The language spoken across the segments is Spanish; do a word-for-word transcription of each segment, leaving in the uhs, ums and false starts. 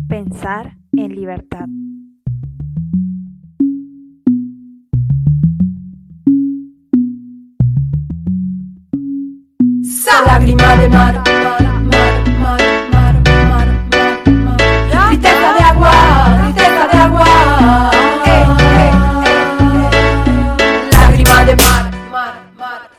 Pensar en libertad. Lágrima de mar, mar, mar, mar, mar, mar, mar, mar. Tristeza de agua, tristeza de agua. Eh, eh, eh, eh. Lágrima de mar, mar, mar.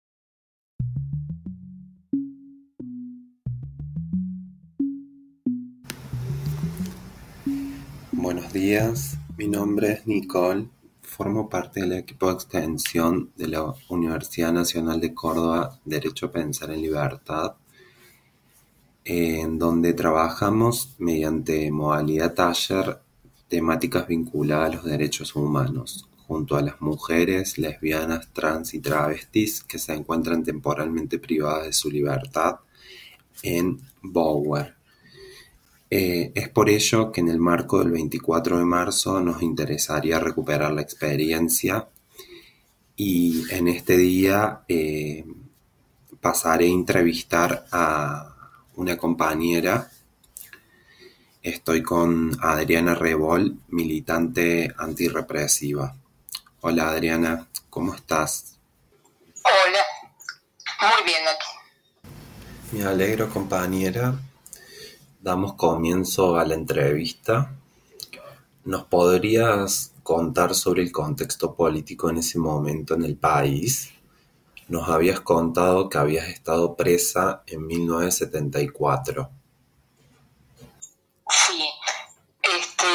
Buenos días, mi nombre es Nicole, formo parte del equipo de extensión de la Universidad Nacional de Córdoba, Derecho a Pensar en Libertad, en donde trabajamos mediante modalidad taller temáticas vinculadas a los derechos humanos, junto a las mujeres, lesbianas, trans y travestis que se encuentran temporalmente privadas de su libertad en Bower. Eh, es por ello que en el marco del veinticuatro de marzo nos interesaría recuperar la experiencia y en este día eh, pasaré a entrevistar a una compañera. Estoy con Adriana Rebol, militante antirrepresiva. Hola Adriana, ¿cómo estás? Hola, muy bien aquí. Me alegro, compañera. Damos comienzo a la entrevista. ¿Nos podrías contar sobre el contexto político en ese momento en el país? Nos habías contado que habías estado presa en mil novecientos setenta y cuatro. Sí, este,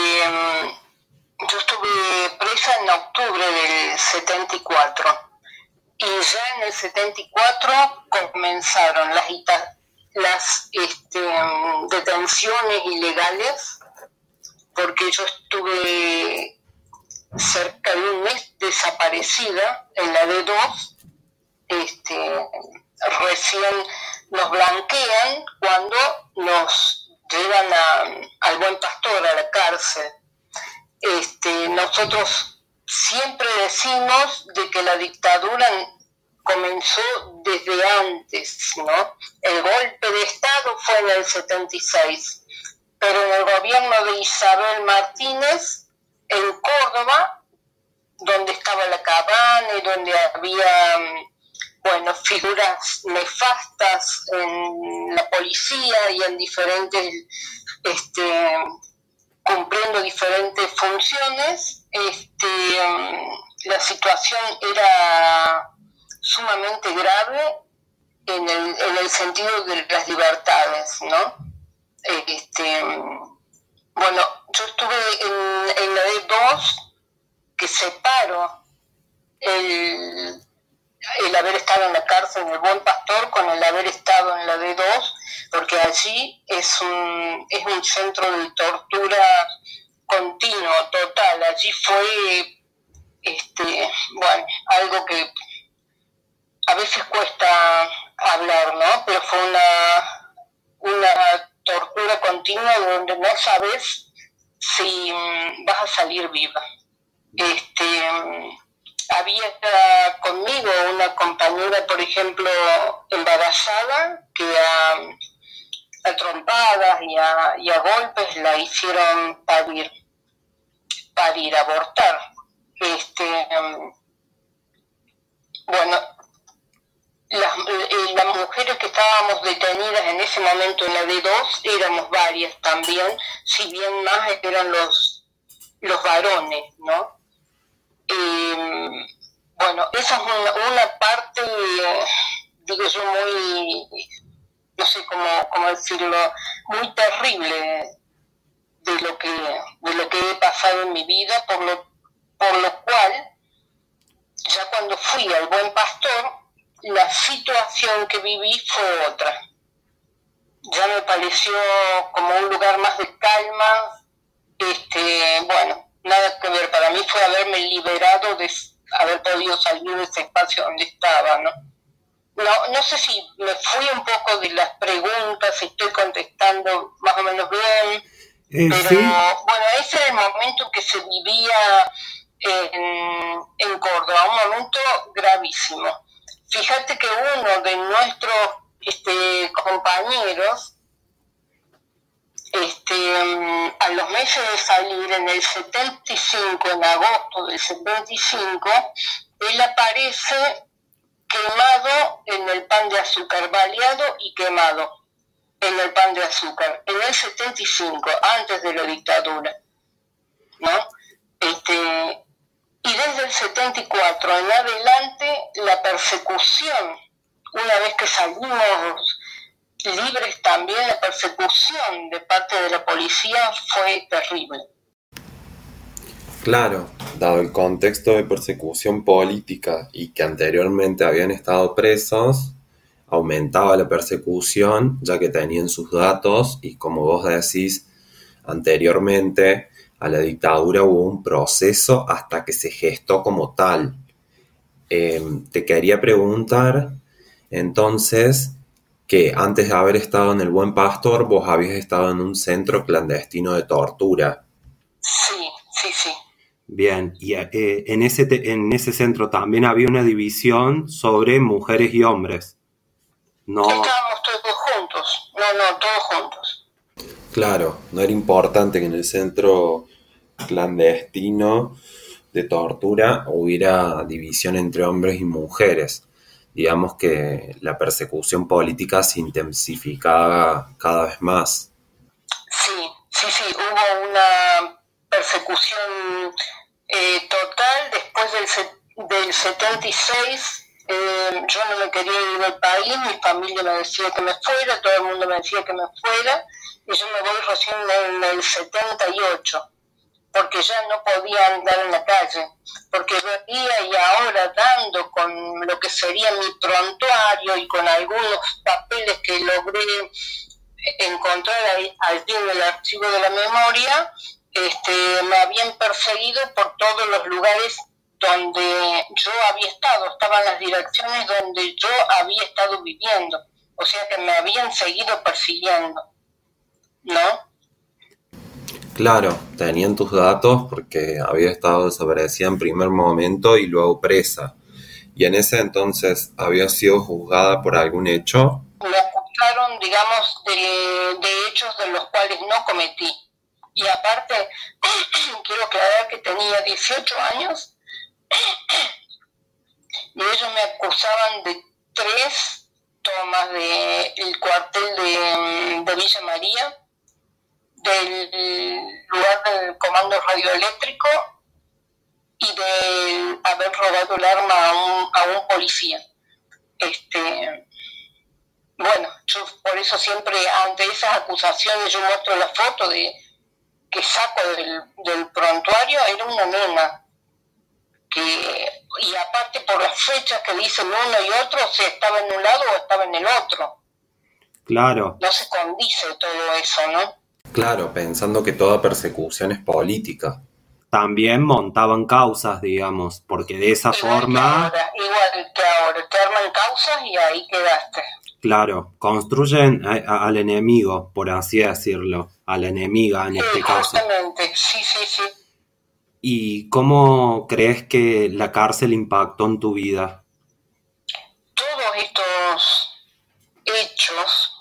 yo estuve presa en octubre del setenta y cuatro y ya en el setenta y cuatro comenzaron las, las este, detenciones ilegales, porque yo estuve cerca de un mes desaparecida en la D dos. Este, recién nos blanquean cuando nos llevan a, al Buen Pastor, a la cárcel. Este, nosotros siempre decimos de que la dictadura comenzó desde antes, ¿no? El golpe de Estado fue en el setenta y seis, pero en el gobierno de Isabel Martínez, en Córdoba, donde estaba la Cabana y donde había, bueno, figuras nefastas en la policía y en diferentes, este, cumpliendo diferentes funciones, este, la situación era sumamente grave en el, en el sentido de las libertades, ¿no? Este, bueno, yo estuve en, en la D dos, que separo el, el haber estado en la cárcel en el Buen Pastor con el haber estado en la D dos, porque allí es un, es un centro de tortura continuo, total. Allí fue, este, bueno, algo que a veces cuesta hablar, ¿no? Pero fue una, una tortura continua donde no sabes si vas a salir viva. Este, había conmigo una compañera, por ejemplo, embarazada, que a, a trompadas y a, y a golpes la hicieron parir, parir, abortar. Este, bueno, las, las mujeres que estábamos detenidas en ese momento en la D dos éramos varias también, si bien más eran los, los varones, ¿no? Eh, bueno, esa es una, una parte, digo yo, muy, no sé cómo, cómo decirlo, muy terrible de lo que de lo que he pasado en mi vida, por lo, por lo cual, ya cuando fui al Buen Pastor, la situación que viví fue otra. Ya me pareció como un lugar más de calma, este, bueno, nada que ver, para mí fue haberme liberado de haber podido salir de ese espacio donde estaba, ¿no? No, no sé si me fui un poco de las preguntas, si estoy contestando más o menos bien, Eh, pero sí. bueno, ese era el momento que se vivía en, en Córdoba, un momento gravísimo. Fíjate que uno de nuestros este, compañeros, este, a los meses de salir, en el setenta y cinco, en agosto del setenta y cinco, él aparece quemado en el pan de azúcar, baleado y quemado en el pan de azúcar, en el setenta y cinco, antes de la dictadura, ¿no? Este, y desde el setenta y cuatro en adelante, la persecución, una vez que salimos libres también, la persecución de parte de la policía fue terrible. Claro, dado el contexto de persecución política y que anteriormente habían estado presos, aumentaba la persecución ya que tenían sus datos y, como vos decís, anteriormente a la dictadura hubo un proceso hasta que se gestó como tal. Eh, te quería preguntar, entonces, que antes de haber estado en el Buen Pastor, vos habías estado en un centro clandestino de tortura. Sí, sí, sí. Bien, y eh, en, ese te- en ese centro también había una división sobre mujeres y hombres. No, Estábamos todos juntos, no, no, todos juntos. Claro, no era importante que en el centro clandestino de tortura hubiera división entre hombres y mujeres. Digamos que la persecución política se intensificaba cada vez más. Sí, sí, sí, hubo una persecución eh, total después del, se- del setenta y seis. Eh, yo no me quería ir del país, mi familia me decía que me fuera, todo el mundo me decía que me fuera, y yo me voy recién en el setenta y ocho, porque ya no podía andar en la calle, porque veía y ahora dando con lo que sería mi prontuario y con algunos papeles que logré encontrar ahí, allí en el archivo de la memoria, este, me habían perseguido por todos los lugares donde yo había estado, estaban las direcciones donde yo había estado viviendo, o sea que me habían seguido persiguiendo, ¿no? Claro, tenían tus datos porque había estado desaparecida en primer momento y luego presa. Y en ese entonces había sido juzgada por algún hecho. Me acusaron, digamos, de, de hechos de los cuales no cometí. Y aparte, quiero aclarar que tenía dieciocho años y ellos me acusaban de tres tomas del cuartel de, de Villa María, del lugar del comando radioeléctrico y de haber robado el arma a un, a un policía. Este, bueno, yo por eso siempre ante esas acusaciones yo muestro la foto de que saco del, del prontuario, era una nena. Que, y aparte por las fechas que dicen uno y otro, si estaba en un lado o estaba en el otro. claro, No se condice todo eso, ¿no? Claro, pensando que toda persecución es política. también montaban causas, digamos, porque de esa Igual que forma, ahora, igual que ahora, te arman causas y ahí quedaste. claro, construyen a- a- al enemigo, por así decirlo, a la enemiga en Sí, este caso. justamente, sí, sí, sí. ¿Y cómo crees que la cárcel impactó en tu vida? Todos estos hechos,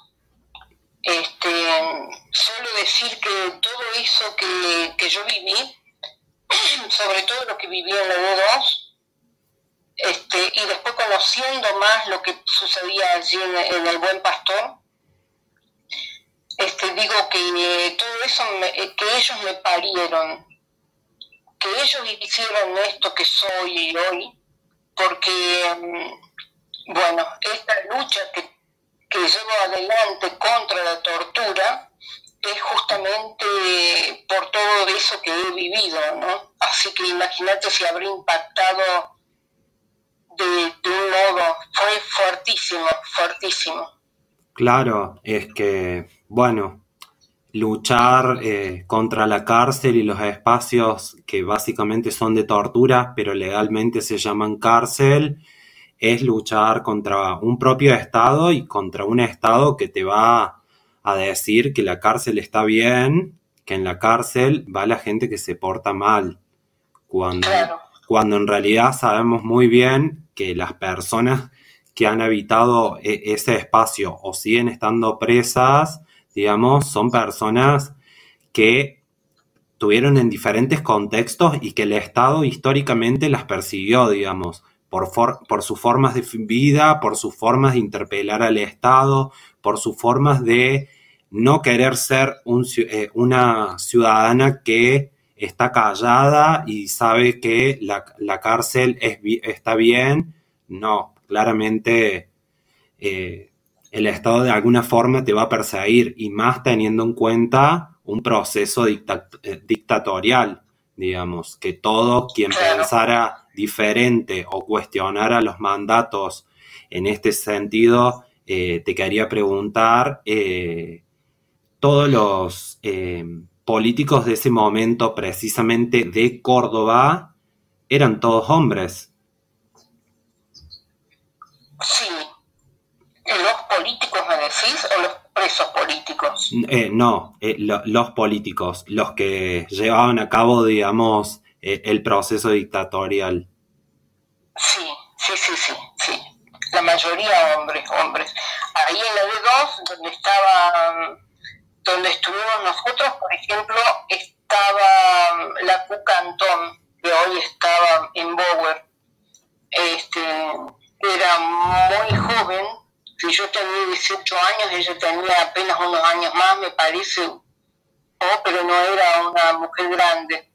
este, suelo decir que todo eso que, que yo viví, sobre todo lo que viví en la D dos, este, y después conociendo más lo que sucedía allí en, en el Buen Pastor, este, digo que todo eso, me, que ellos me parieron, que ellos hicieron esto que soy hoy, porque, mm, bueno, esta lucha que, que llevo adelante contra la tortura es justamente por todo eso que he vivido, ¿no? Así que imagínate si habrá impactado de, de un modo, fue fuertísimo, fuertísimo. Claro, es que, bueno, luchar eh, contra la cárcel y los espacios que básicamente son de tortura, pero legalmente se llaman cárcel, es luchar contra un propio Estado y contra un Estado que te va a decir que la cárcel está bien, que en la cárcel va la gente que se porta mal, cuando, Claro. cuando en realidad sabemos muy bien que las personas que han habitado e- ese espacio o siguen estando presas, digamos, son personas que tuvieron en diferentes contextos y que el Estado históricamente las persiguió, digamos, por, for, por sus formas de vida, por sus formas de interpelar al Estado, por sus formas de no querer ser un, eh, una ciudadana que está callada y sabe que la, la cárcel es, está bien. No, claramente eh, el Estado de alguna forma te va a perseguir, y más teniendo en cuenta un proceso dicta, eh, dictatorial, digamos, que todo quien Claro. pensara diferente o cuestionara los mandatos en este sentido, eh, te quería preguntar, eh, todos los eh, políticos de ese momento, precisamente de Córdoba, eran todos hombres. Sí. ¿Los políticos me decís o los presos políticos? Eh, no, eh, lo, los políticos, los que llevaban a cabo, digamos, eh, el proceso dictatorial. Sí, sí, sí, sí, sí. La mayoría hombres, hombres. Ahí en la D dos, donde estaba, donde estuvimos nosotros, por ejemplo, estaba la Cuca Antón, que hoy estaba en Bower. Este, era muy joven. Si yo tenía dieciocho años, ella tenía apenas unos años más, me parece, oh, pero no era una mujer grande.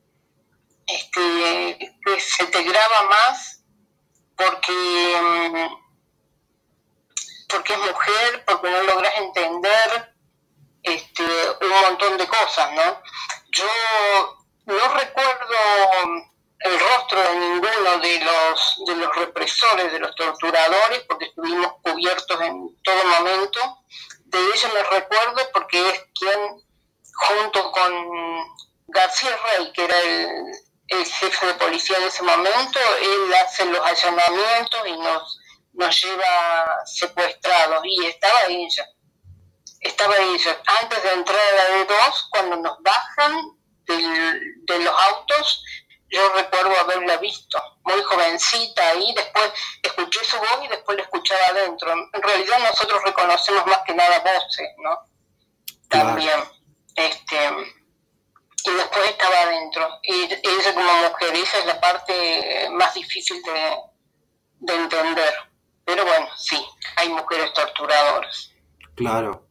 Este, que se te graba más porque, porque es mujer, porque no logras entender este, un montón de cosas, ¿no? Yo no recuerdo el rostro de ninguno de los de los represores, de los torturadores, porque estuvimos cubiertos en todo momento. De ella me recuerdo porque es quien, junto con García Rey, que era el, el jefe de policía en ese momento, él hace los allanamientos y nos, nos lleva secuestrados, y estaba ella. Estaba ella. Antes de entrar a la D dos, cuando nos bajan del, de los autos, yo recuerdo haberla visto, muy jovencita ahí, después escuché su voz y después la escuchaba adentro. En realidad nosotros reconocemos más que nada voces, ¿no? También. Claro. Este, y después estaba adentro. Y ella como mujer, esa es la parte más difícil de, de entender. Pero bueno, sí, hay mujeres torturadoras. Claro.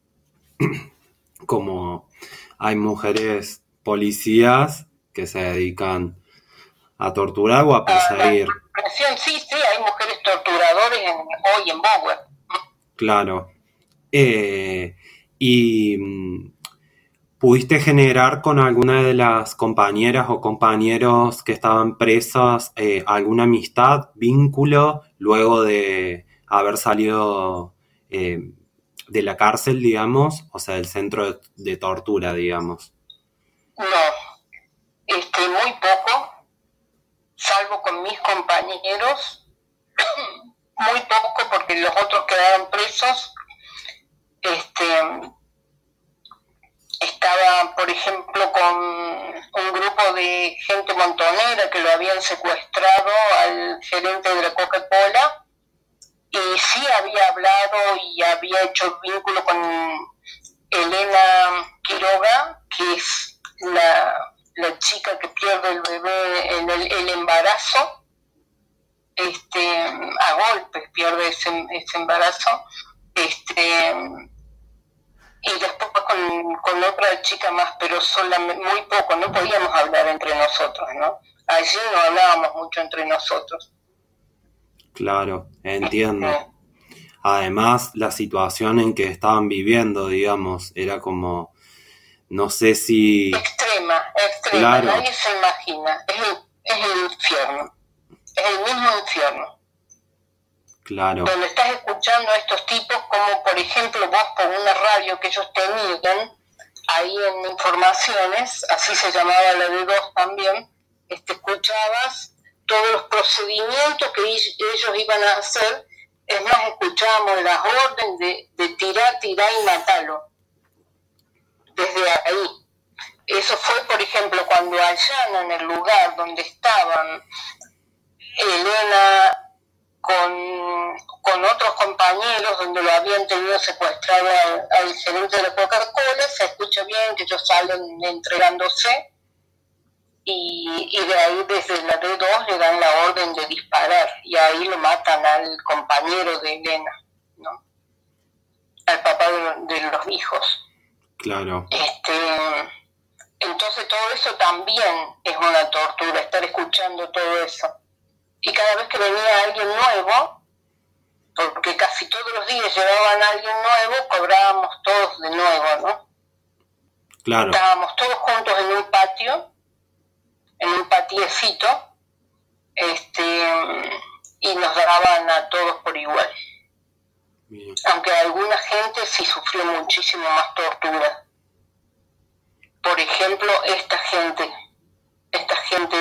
Como hay mujeres policías que se dedican a torturar o a perseguir. Ah, sí, sí, hay mujeres torturadoras en, hoy en Bower. Claro. Eh, y ¿pudiste generar con alguna de las compañeras o compañeros que estaban presos eh, alguna amistad, vínculo, luego de haber salido eh, de la cárcel, digamos, o sea, del centro de, de tortura, digamos? No, este, muy poco. Salvo con mis compañeros, muy poco, porque los otros quedaron presos. Este, estaba, por ejemplo, con un grupo de gente montonera que lo habían secuestrado al gerente de la Coca-Cola, y sí había hablado y había hecho vínculo con Elena Quiroga, que es la... la chica que pierde el bebé en el, el embarazo, este, a golpes pierde ese, ese embarazo, este, y después con, con otra chica más, pero solamente muy poco, no podíamos hablar entre nosotros, ¿no? Allí no hablábamos mucho entre nosotros. Claro, entiendo. Sí. Además, la situación en que estaban viviendo, digamos, era como... No sé si... Extrema, extrema, claro. Nadie se imagina. Es el, es el infierno. Es el mismo infierno. Claro. Donde estás escuchando a estos tipos, como por ejemplo vos por una radio que ellos tenían, ahí en Informaciones, así se llamaba la D dos también, este, escuchabas todos los procedimientos que ellos iban a hacer. Es más, escuchábamos las órdenes de, de tirar, tirar y matarlo. Desde ahí. Eso fue, por ejemplo, cuando allanan el lugar donde estaban Elena con, con otros compañeros, donde lo habían tenido secuestrado al, al gerente de la Coca-Cola. Se escucha bien que ellos salen entregándose, y, y de ahí desde la D dos le dan la orden de disparar y ahí lo matan al compañero de Elena, ¿no? Al papá de, de los hijos. Claro. Este, entonces todo eso también es una tortura, estar escuchando todo eso. Y cada vez que venía alguien nuevo, porque casi todos los días llevaban a alguien nuevo, cobrábamos todos de nuevo, ¿no? Claro. Estábamos todos juntos en un patio, en un patiecito, este, y nos daban a todos por igual. Bien. Aunque alguna gente sí sufrió muchísimo más tortura. Por ejemplo, esta gente, esta gente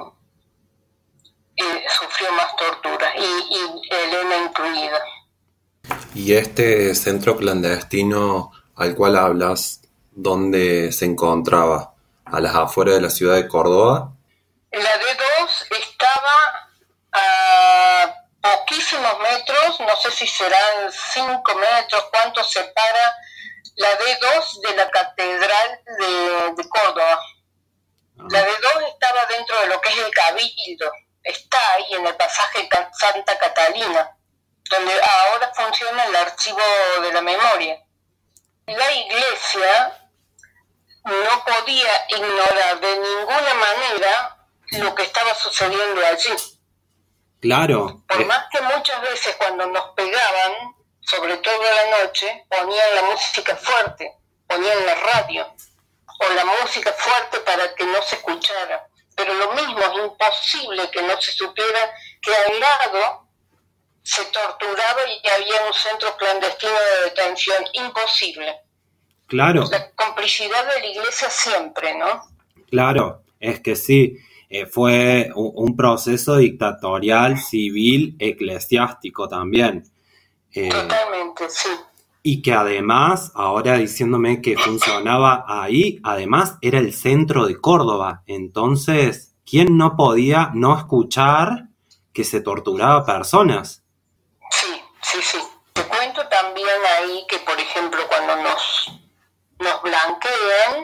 eh, sufrió más tortura, y, y Elena incluida. ¿Y este centro clandestino al cual hablas, dónde se encontraba? ¿A las afueras de la ciudad de Córdoba? La D dos estaba a poquísimos metros, no sé si serán cinco metros, cuánto separa la D dos de la Catedral de, de Córdoba. Ah. La D dos estaba dentro de lo que es el Cabildo, está ahí en el pasaje Santa Catalina, donde ahora funciona el archivo de la memoria. La iglesia no podía ignorar de ninguna manera lo que estaba sucediendo allí. Claro. Por eh. más que muchas veces cuando nos pegaban, sobre todo a la noche, ponían la música fuerte, ponían la radio, o la música fuerte para que no se escuchara. Pero lo mismo, es imposible que no se supiera que al lado se torturaba y había un centro clandestino de detención. Imposible. Claro. La complicidad de la iglesia siempre, ¿no? Claro, es que sí, eh, fue un, un proceso dictatorial, civil, eclesiástico también. Eh, Totalmente, sí. Y que además, ahora diciéndome que funcionaba ahí, además era el centro de Córdoba. Entonces, ¿quién no podía no escuchar que se torturaba personas? Sí, sí, sí. Te cuento también ahí que, por ejemplo, cuando nos, nos blanquean,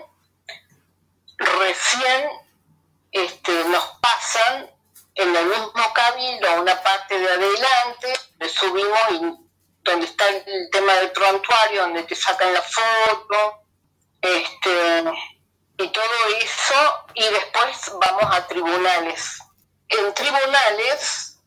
recién este, nos pasan en el mismo cabildo a una parte de adelante, le subimos y donde está el tema del prontuario, donde te sacan la foto, este, y todo eso, y después vamos a tribunales. En tribunales,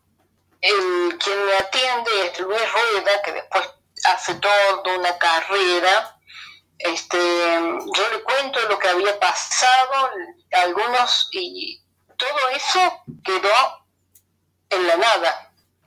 el, quien me atiende es Luis Rueda, que después hace toda una carrera. Este, yo le cuento lo que había pasado, algunos, y todo eso quedó en la nada.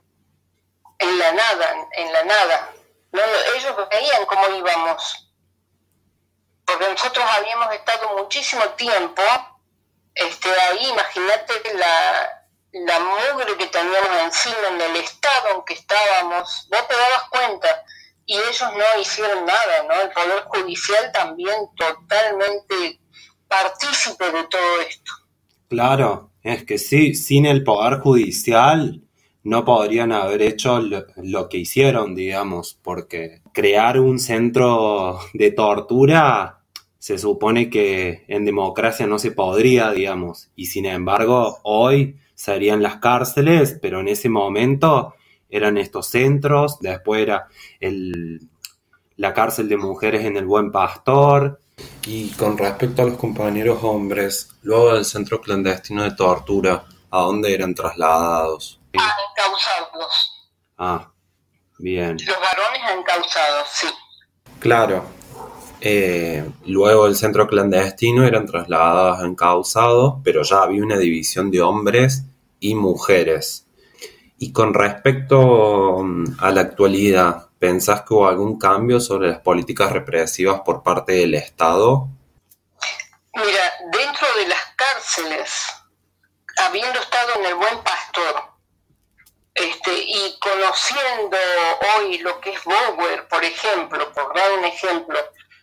En la nada, en la nada. No, ellos veían cómo íbamos. Porque nosotros habíamos estado muchísimo tiempo este, ahí, imagínate la, la mugre que teníamos encima en el estado en que estábamos. Vos te dabas cuenta. Y ellos no hicieron nada, ¿no? El Poder Judicial también totalmente partícipe de todo esto. Claro, es que sí, sin el Poder Judicial no podrían haber hecho lo, lo que hicieron, digamos, porque crear un centro de tortura se supone que en democracia no se podría, digamos, y sin embargo hoy serían las cárceles, pero en ese momento eran estos centros, después era el, la cárcel de mujeres en el Buen Pastor. Y con respecto a los compañeros hombres, luego del centro clandestino de tortura, ¿a dónde eran trasladados? Ah, encausados. Ah, bien. Los varones encausados, sí. Claro. Eh, luego del centro clandestino eran trasladados encausados, pero ya había una división de hombres y mujeres. Y con respecto a la actualidad, ¿pensás que hubo algún cambio sobre las políticas represivas por parte del Estado? Mira, dentro de las cárceles, habiendo estado en el Buen Pastor, este, y conociendo hoy lo que es Bower, por ejemplo, por dar un ejemplo,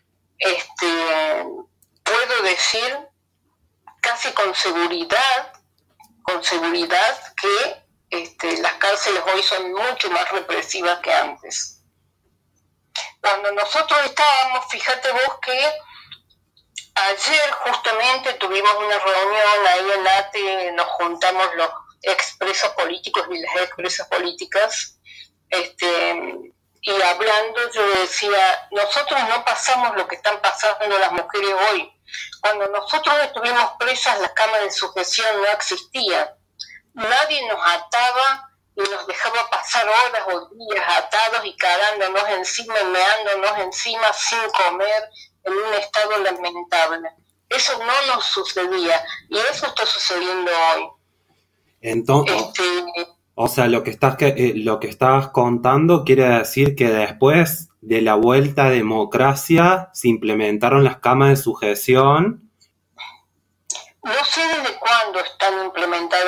este, puedo decir casi con seguridad, con seguridad que este, las cárceles hoy son mucho más represivas que antes. Cuando nosotros estábamos, fíjate vos que ayer justo justamente tuvimos una reunión ahí en A T E, nos juntamos los expresos políticos y las expresas políticas, este, y hablando yo decía, nosotros no pasamos lo que están pasando las mujeres hoy. Cuando nosotros estuvimos presas, la cama de sujeción no existía. Nadie nos ataba y nos dejaba pasar horas o días atados y cagándonos encima y meándonos encima sin comer, en un estado lamentable. Eso no nos sucedía y eso está sucediendo hoy. Entonces, Este, o sea, lo que estás que, eh, lo que estabas contando quiere decir que después de la vuelta a democracia se implementaron las camas de sujeción. no sé desde cuándo están implementadas